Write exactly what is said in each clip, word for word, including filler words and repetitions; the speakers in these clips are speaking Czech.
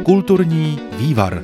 Kulturní vývar.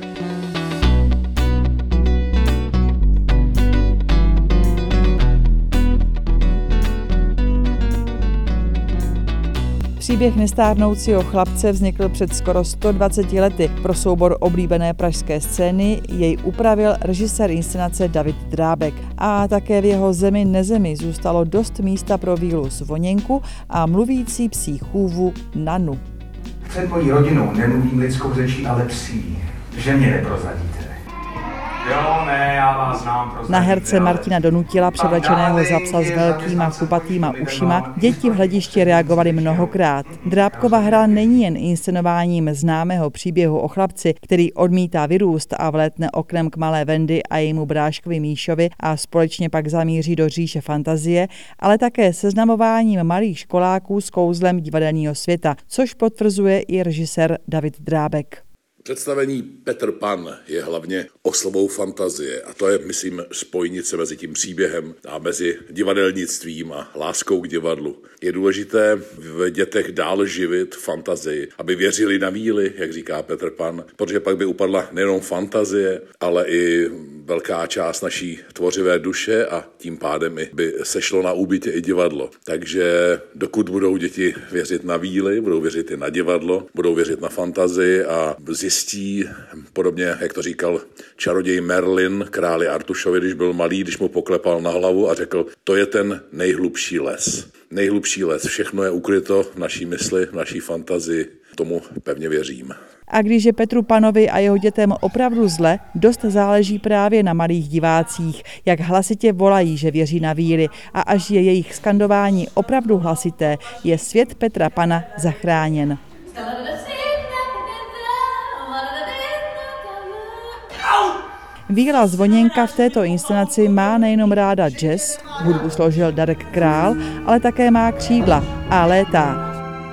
Příběh nestárnoucího chlapce vznikl před skoro sto dvaceti lety. Pro soubor oblíbené pražské scény jej upravil režisér inscenace David Drábek. A také v jeho Zemi nezemi zůstalo dost místa pro vílu Zvoněnku a mluvící psí chůvu Nanu. Před mojí rodinou nemluvím lidskou řečí, ale psí, že mě neprozradíte. Jo, ne, já vás znám, Na herce Martina Donutila, převlečeného za psa s velkýma kupatýma ušima, děti v hledišti reagovaly mnohokrát. Drábkova hra není jen inscenováním známého příběhu o chlapci, který odmítá vyrůst a vlétne oknem k malé Vendy a jejímu bráškovi Míšovi a společně pak zamíří do říše fantazie, ale také seznamováním malých školáků s kouzlem divadelního světa, což potvrzuje i režisér David Drábek. Představení Petr Pan je hlavně oslovou fantazie a to je, myslím, spojnice mezi tím příběhem a mezi divadelnictvím a láskou k divadlu. Je důležité v dětech dál živit fantazii, aby věřili na víly, jak říká Petr Pan, protože pak by upadla nejenom fantazie, ale i velká část naší tvořivé duše a tím pádem i by sešlo na úbytě i divadlo. Takže dokud budou děti věřit na víly, budou věřit i na divadlo, budou věřit na fantazii a zjistí, podobně, jak to říkal čaroděj Merlin králi Artušovi, když byl malý, když mu poklepal na hlavu a řekl, to je ten nejhlubší les. Nejhlubší les, všechno je ukryto v naší mysli, v naší fantazii, tomu pevně věřím. A když je Petru Panovi a jeho dětem opravdu zle, dost záleží právě na malých divácích, jak hlasitě volají, že věří na víly, a až je jejich skandování opravdu hlasité, je svět Petra Pana zachráněn. Víla Zvoněnka v této inscenaci má nejenom ráda jazz, hudbu složil Darek Král, ale také má křídla a létá.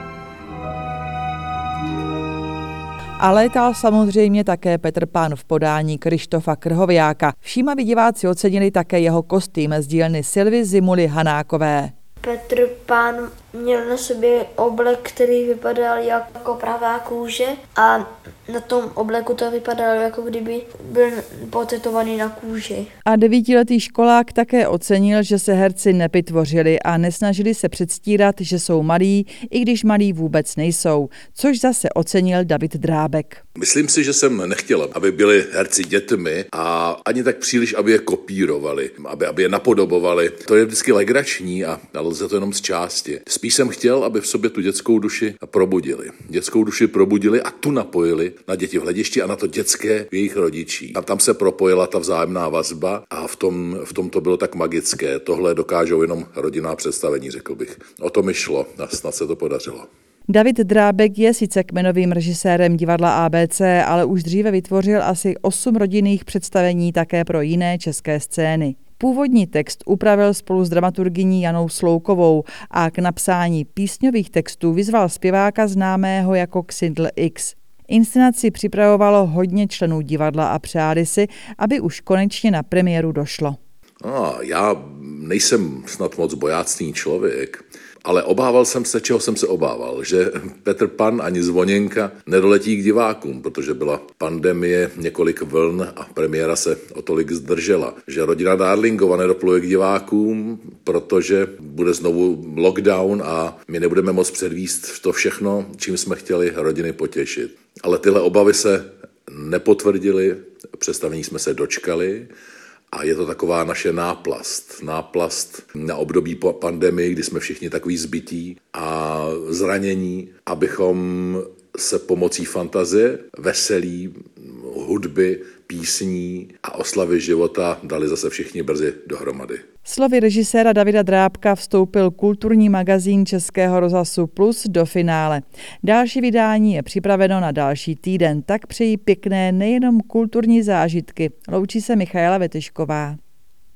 A létal samozřejmě také Petr Pan v podání Krištofa Krhoviáka. Všímaví diváci ocenili také jeho kostým z dílny Sylvie Zimuly Hanákové. Petr Pan měl na sobě oblek, který vypadal jako pravá kůže a na tom obleku to vypadalo, jako kdyby byl potetovaný na kůži. A devítiletý školák také ocenil, že se herci nepytvořili a nesnažili se předstírat, že jsou malí, i když malí vůbec nejsou, což zase ocenil David Drábek. Myslím si, že jsem nechtěl, aby byli herci dětmi a ani tak příliš, aby je kopírovali, aby, aby je napodobovali. To je vždycky legrační a lze to jenom z části. Spíš jsem chtěl, aby v sobě tu dětskou duši probudili. Dětskou duši probudili a tu napojili na děti v hledišti a na to dětské v jejich rodičích. A tam se propojila ta vzájemná vazba a v tom, v tom to bylo tak magické. Tohle dokážou jenom rodinná představení, řekl bych. O to mi šlo a snad se to podařilo. David Drábek je sice kmenovým režisérem divadla A B C, ale už dříve vytvořil asi osm rodinných představení také pro jiné české scény. Původní text upravil spolu s dramaturgyní Janou Sloukovou a k napsání písňových textů vyzval zpěváka známého jako Xindl X. Inscenaci připravovalo hodně členů divadla a přáli si, aby už konečně na premiéru došlo. No, já nejsem snad moc bojácný člověk, ale obával jsem se, čeho jsem se obával, že Petr Pan ani Zvoněnka nedoletí k divákům, protože byla pandemie, několik vln a premiéra se o tolik zdržela. Že rodina Darlingova nedopluje k divákům, protože bude znovu lockdown a my nebudeme moc předvíst to všechno, čím jsme chtěli rodiny potěšit. Ale tyhle obavy se nepotvrdily, představení jsme se dočkali. A je to taková naše náplast. Náplast na období po pandemii, kdy jsme všichni takový zbytí a zranění, abychom se pomocí fantazie, veselí, hudby, písní a oslavy života dali zase všichni brzy dohromady. Slovy režiséra Davida Drábka vstoupil kulturní magazín Českého rozhlasu Plus do finále. Další vydání je připraveno na další týden, tak přeji pěkné nejenom kulturní zážitky. Loučí se Michaela Vetyšková.